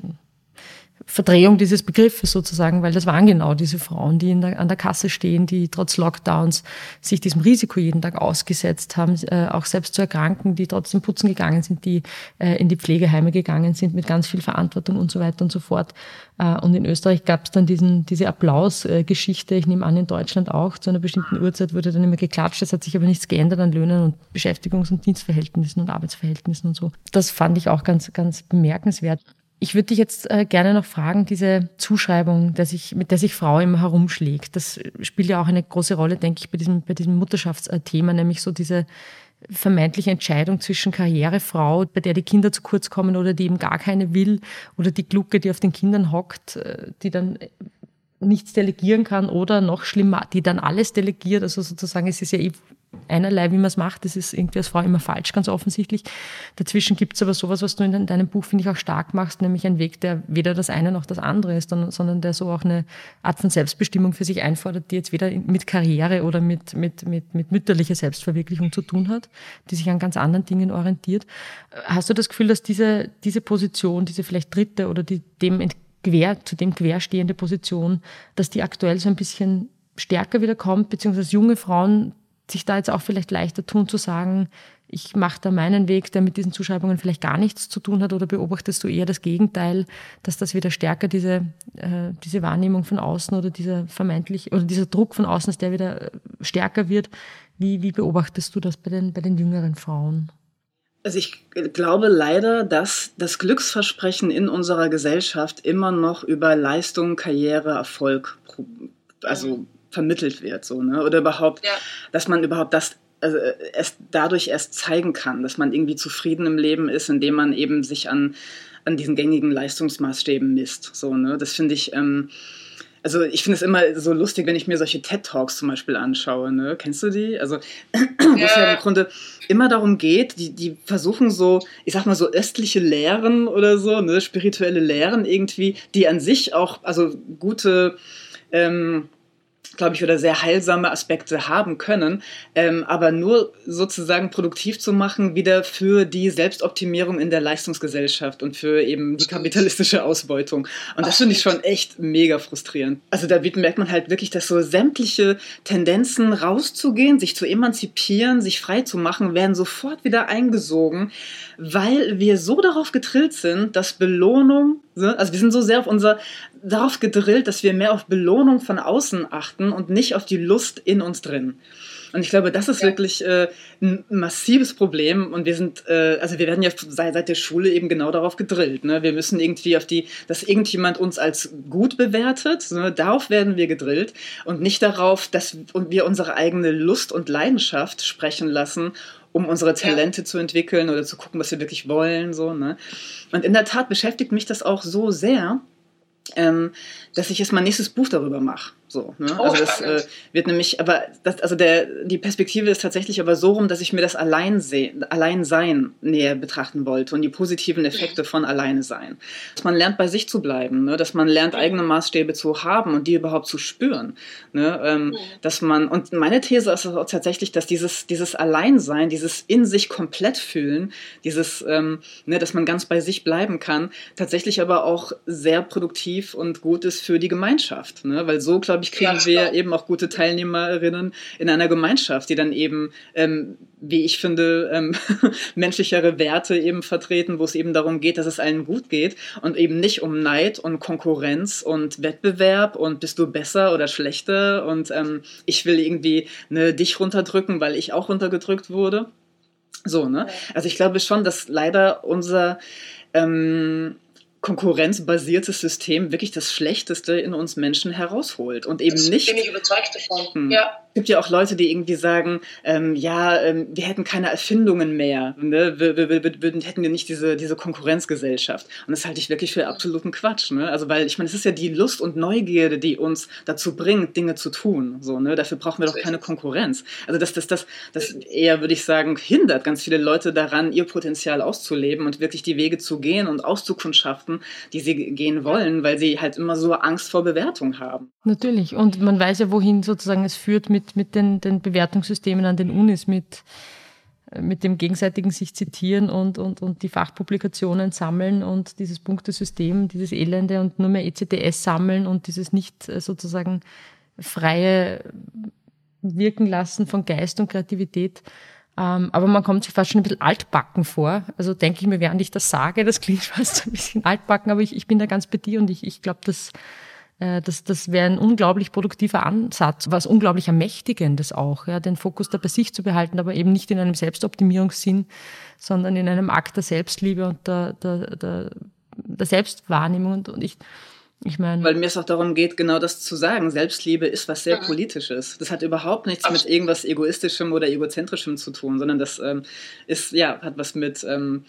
Verdrehung dieses Begriffes sozusagen, weil das waren genau diese Frauen, die an der Kasse stehen, die trotz Lockdowns sich diesem Risiko jeden Tag ausgesetzt haben, auch selbst zu erkranken, die trotzdem putzen gegangen sind, die in die Pflegeheime gegangen sind mit ganz viel Verantwortung und so weiter und so fort. Und in Österreich gab es dann diese Applausgeschichte, ich nehme an in Deutschland auch, zu einer bestimmten Uhrzeit wurde dann immer geklatscht, es hat sich aber nichts geändert an Löhnen und Beschäftigungs- und Dienstverhältnissen und Arbeitsverhältnissen und so. Das fand ich auch ganz, ganz bemerkenswert. Ich würde dich jetzt gerne noch fragen, diese Zuschreibung, mit der sich Frau immer herumschlägt, das spielt ja auch eine große Rolle, denke ich, bei diesem Mutterschaftsthema, nämlich so diese vermeintliche Entscheidung zwischen Karrierefrau, bei der die Kinder zu kurz kommen oder die eben gar keine will, oder die Glucke, die auf den Kindern hockt, die dann nichts delegieren kann, oder noch schlimmer, die dann alles delegiert. Also sozusagen, es ist ja einerlei, wie man es macht, das ist irgendwie als Frau immer falsch, ganz offensichtlich. Dazwischen gibt es aber sowas, was du in deinem Buch, finde ich, auch stark machst, nämlich ein Weg, der weder das eine noch das andere ist, sondern der so auch eine Art von Selbstbestimmung für sich einfordert, die jetzt weder mit Karriere oder mit mütterlicher Selbstverwirklichung zu tun hat, die sich an ganz anderen Dingen orientiert. Hast du das Gefühl, dass diese Position, diese vielleicht dritte oder zu dem querstehende Position, dass die aktuell so ein bisschen stärker wieder kommt, beziehungsweise junge Frauen sich da jetzt auch vielleicht leichter tun zu sagen, ich mache da meinen Weg, der mit diesen Zuschreibungen vielleicht gar nichts zu tun hat, oder beobachtest du eher das Gegenteil, dass das wieder stärker diese Wahrnehmung von außen oder dieser Druck von außen, dass der wieder stärker wird? Wie beobachtest du das bei den jüngeren Frauen? Also ich glaube leider, dass das Glücksversprechen in unserer Gesellschaft immer noch über Leistung, Karriere, Erfolg, vermittelt wird, so, ne? Oder überhaupt, dass man überhaupt das dadurch erst zeigen kann, dass man irgendwie zufrieden im Leben ist, indem man eben sich an diesen gängigen Leistungsmaßstäben misst, so, ne? Das finde ich, ich finde es immer so lustig, wenn ich mir solche TED-Talks zum Beispiel anschaue, ne? Kennst du die? Also, wo es ja im Grunde immer darum geht, die versuchen so, ich sag mal so östliche Lehren oder so, ne? Spirituelle Lehren irgendwie, die an sich auch, also gute, glaube ich, oder sehr heilsame Aspekte haben können, aber nur sozusagen produktiv zu machen, wieder für die Selbstoptimierung in der Leistungsgesellschaft und für eben die kapitalistische Ausbeutung. Und das finde ich schon echt mega frustrierend. Also da merkt man halt wirklich, dass so sämtliche Tendenzen rauszugehen, sich zu emanzipieren, sich frei zu machen, werden sofort wieder eingesogen, weil wir so darauf getrillt sind, dass Belohnung, also wir sind so sehr darauf gedrillt, dass wir mehr auf Belohnung von außen achten und nicht auf die Lust in uns drin. Und ich glaube, das ist wirklich ein massives Problem. Und wir werden ja seit der Schule eben genau darauf gedrillt. Ne? Wir müssen irgendwie dass irgendjemand uns als gut bewertet. Ne? Darauf werden wir gedrillt und nicht darauf, dass wir unsere eigene Lust und Leidenschaft sprechen lassen, um unsere Talente zu entwickeln oder zu gucken, was wir wirklich wollen. So, ne? Und in der Tat beschäftigt mich das auch so sehr, dass ich jetzt mein nächstes Buch darüber mache. So, ne? Also das wird nämlich, aber die Perspektive ist tatsächlich aber so rum, dass ich mir das Alleinsein näher betrachten wollte und die positiven Effekte von Alleine sein. Dass man lernt, bei sich zu bleiben, ne? Dass man lernt, eigene Maßstäbe zu haben und die überhaupt zu spüren. Ne? Und meine These ist auch tatsächlich, dass dieses Alleinsein, dieses in sich komplett fühlen, dass man ganz bei sich bleiben kann, tatsächlich aber auch sehr produktiv und gut ist für die Gemeinschaft. Ne? Weil so, glaube ich, ich, kriegen wir eben auch gute Teilnehmerinnen in einer Gemeinschaft, die dann eben, wie ich finde, menschlichere Werte eben vertreten, wo es eben darum geht, dass es allen gut geht und eben nicht um Neid und Konkurrenz und Wettbewerb und bist du besser oder schlechter und ich will irgendwie dich runterdrücken, weil ich auch runtergedrückt wurde. So, ne? Also ich glaube schon, dass leider unser konkurrenzbasiertes System wirklich das Schlechteste in uns Menschen herausholt und eben nicht. Bin ich überzeugt davon. Ja. Es gibt ja auch Leute, die irgendwie sagen, wir hätten keine Erfindungen mehr, ne? Hätten wir nicht diese Konkurrenzgesellschaft. Und das halte ich wirklich für absoluten Quatsch, ne? Also weil, ich meine, es ist ja die Lust und Neugierde, die uns dazu bringt, Dinge zu tun, so, ne? Dafür brauchen wir doch keine Konkurrenz. Also das eher, würde ich sagen, hindert ganz viele Leute daran, ihr Potenzial auszuleben und wirklich die Wege zu gehen und auszukundschaften, die sie gehen wollen, weil sie halt immer so Angst vor Bewertung haben. Natürlich. Und man weiß ja, wohin sozusagen es führt mit den Bewertungssystemen an den Unis, mit dem gegenseitigen sich zitieren und die Fachpublikationen sammeln und dieses Punktesystem, dieses Elende und nur mehr ECTS sammeln und dieses nicht sozusagen freie Wirken lassen von Geist und Kreativität. Aber man kommt sich fast schon ein bisschen altbacken vor. Also denke ich mir, während ich das sage, das klingt fast ein bisschen altbacken, aber ich bin da ganz bei dir und ich glaube, das wäre ein unglaublich produktiver Ansatz, was unglaublich Ermächtigendes auch, ja, den Fokus da bei sich zu behalten, aber eben nicht in einem Selbstoptimierungssinn, sondern in einem Akt der Selbstliebe und der Selbstwahrnehmung. Und ich meine, weil mir es auch darum geht, genau das zu sagen. Selbstliebe ist was sehr Politisches. Das hat überhaupt nichts mit irgendwas Egoistischem oder Egozentrischem zu tun, sondern das hat was mit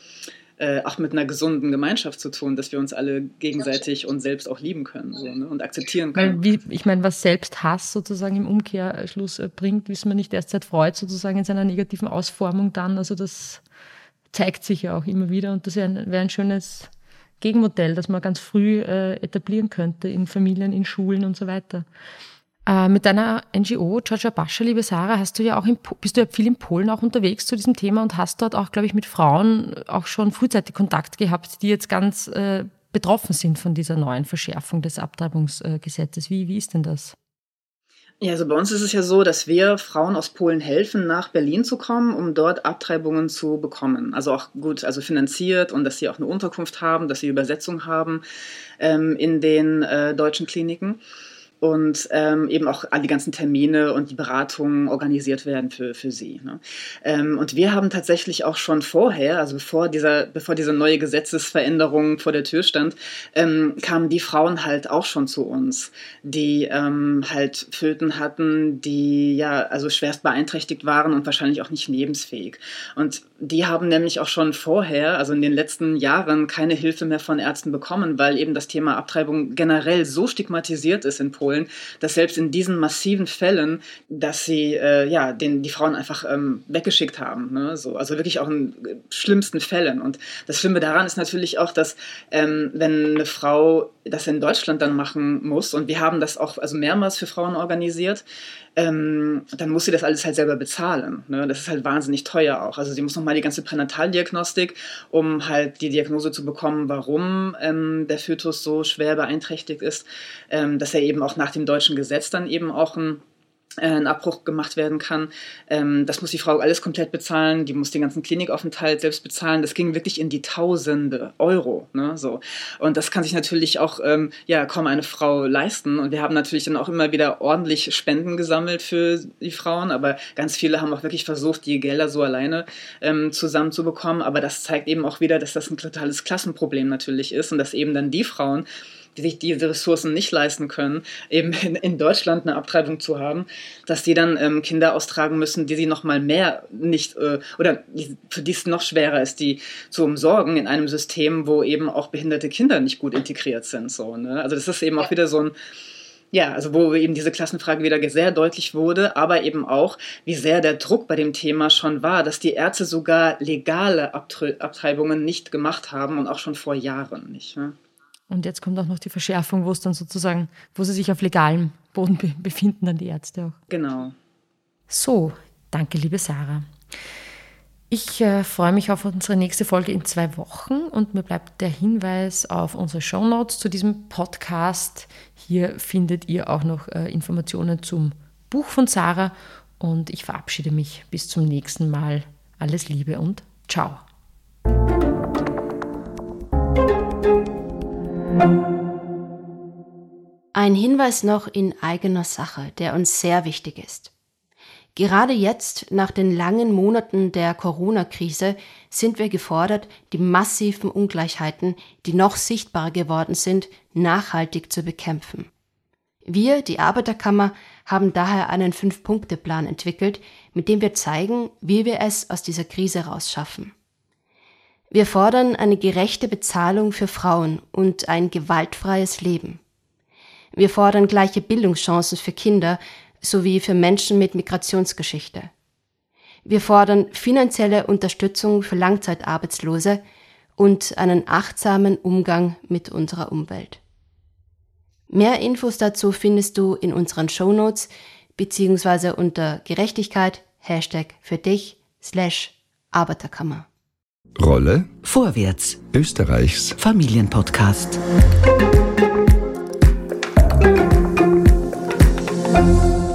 auch mit einer gesunden Gemeinschaft zu tun, dass wir uns alle gegenseitig und selbst auch lieben können, so, ne, und akzeptieren können. Weil, was Selbsthass sozusagen im Umkehrschluss bringt, wissen wir nicht erst seit Freud sozusagen in seiner negativen Ausformung dann. Also das zeigt sich ja auch immer wieder und das wäre ein schönes Gegenmodell, das man ganz früh etablieren könnte in Familien, in Schulen und so weiter. Mit deiner NGO, Georgia Bascha, liebe Sarah, bist du ja viel in Polen auch unterwegs zu diesem Thema und hast dort auch, glaube ich, mit Frauen auch schon frühzeitig Kontakt gehabt, die jetzt ganz betroffen sind von dieser neuen Verschärfung des Abtreibungsgesetzes. Wie ist denn das? Ja, also bei uns ist es ja so, dass wir Frauen aus Polen helfen, nach Berlin zu kommen, um dort Abtreibungen zu bekommen. Also auch gut, also finanziert und dass sie auch eine Unterkunft haben, dass sie Übersetzung haben in den deutschen Kliniken. Und eben auch all die ganzen Termine und die Beratungen organisiert werden für sie. Ne? Und wir haben tatsächlich auch schon vorher, also bevor diese neue Gesetzesveränderung vor der Tür stand, kamen die Frauen halt auch schon zu uns, die halt Föten hatten, die ja also schwerst beeinträchtigt waren und wahrscheinlich auch nicht lebensfähig. Und die haben nämlich auch schon vorher, also in den letzten Jahren, keine Hilfe mehr von Ärzten bekommen, weil eben das Thema Abtreibung generell so stigmatisiert ist in Polen, dass selbst in diesen massiven Fällen, dass sie die Frauen einfach weggeschickt haben. Ne? So, also wirklich auch in schlimmsten Fällen. Und das Schlimme daran ist natürlich auch, dass wenn eine Frau das in Deutschland dann machen muss, und wir haben das auch also mehrmals für Frauen organisiert, dann muss sie das alles halt selber bezahlen. Ne? Das ist halt wahnsinnig teuer auch. Also sie muss nochmal die ganze Pränataldiagnostik, um halt die Diagnose zu bekommen, warum der Fötus so schwer beeinträchtigt ist, dass er eben auch nach dem deutschen Gesetz dann eben auch ein Abbruch gemacht werden kann. Das muss die Frau alles komplett bezahlen, die muss den ganzen Klinikaufenthalt selbst bezahlen. Das ging wirklich in die Tausende Euro. Ne? So. Und das kann sich natürlich auch kaum eine Frau leisten. Und wir haben natürlich dann auch immer wieder ordentlich Spenden gesammelt für die Frauen, aber ganz viele haben auch wirklich versucht, die Gelder so alleine zusammenzubekommen. Aber das zeigt eben auch wieder, dass das ein totales Klassenproblem natürlich ist und dass eben dann die Frauen, die sich diese Ressourcen nicht leisten können, eben in Deutschland eine Abtreibung zu haben, dass die dann Kinder austragen müssen, die sie noch mal mehr nicht, oder für die es noch schwerer ist, die zu umsorgen in einem System, wo eben auch behinderte Kinder nicht gut integriert sind. So, ne? Also das ist eben auch wieder so ein, ja, also wo eben diese Klassenfrage wieder sehr deutlich wurde, aber eben auch, wie sehr der Druck bei dem Thema schon war, dass die Ärzte sogar legale Abtreibungen nicht gemacht haben und auch schon vor Jahren nicht. Ne? Und jetzt kommt auch noch die Verschärfung, wo es dann sozusagen, wo sie sich auf legalem Boden befinden, dann die Ärzte auch. Genau. So, danke, liebe Sarah. Ich freue mich auf unsere nächste Folge in 2 Wochen und mir bleibt der Hinweis auf unsere Shownotes zu diesem Podcast. Hier findet ihr auch noch Informationen zum Buch von Sarah und ich verabschiede mich bis zum nächsten Mal. Alles Liebe und ciao. Ein Hinweis noch in eigener Sache, der uns sehr wichtig ist. Gerade jetzt, nach den langen Monaten der Corona-Krise, sind wir gefordert, die massiven Ungleichheiten, die noch sichtbarer geworden sind, nachhaltig zu bekämpfen. Wir, die Arbeiterkammer, haben daher einen 5-Punkte-Plan entwickelt, mit dem wir zeigen, wie wir es aus dieser Krise rausschaffen. Wir fordern eine gerechte Bezahlung für Frauen und ein gewaltfreies Leben. Wir fordern gleiche Bildungschancen für Kinder sowie für Menschen mit Migrationsgeschichte. Wir fordern finanzielle Unterstützung für Langzeitarbeitslose und einen achtsamen Umgang mit unserer Umwelt. Mehr Infos dazu findest du in unseren Shownotes bzw. unter Gerechtigkeit #für-dich/Arbeiterkammer. Rolle Vorwärts, Österreichs Familienpodcast.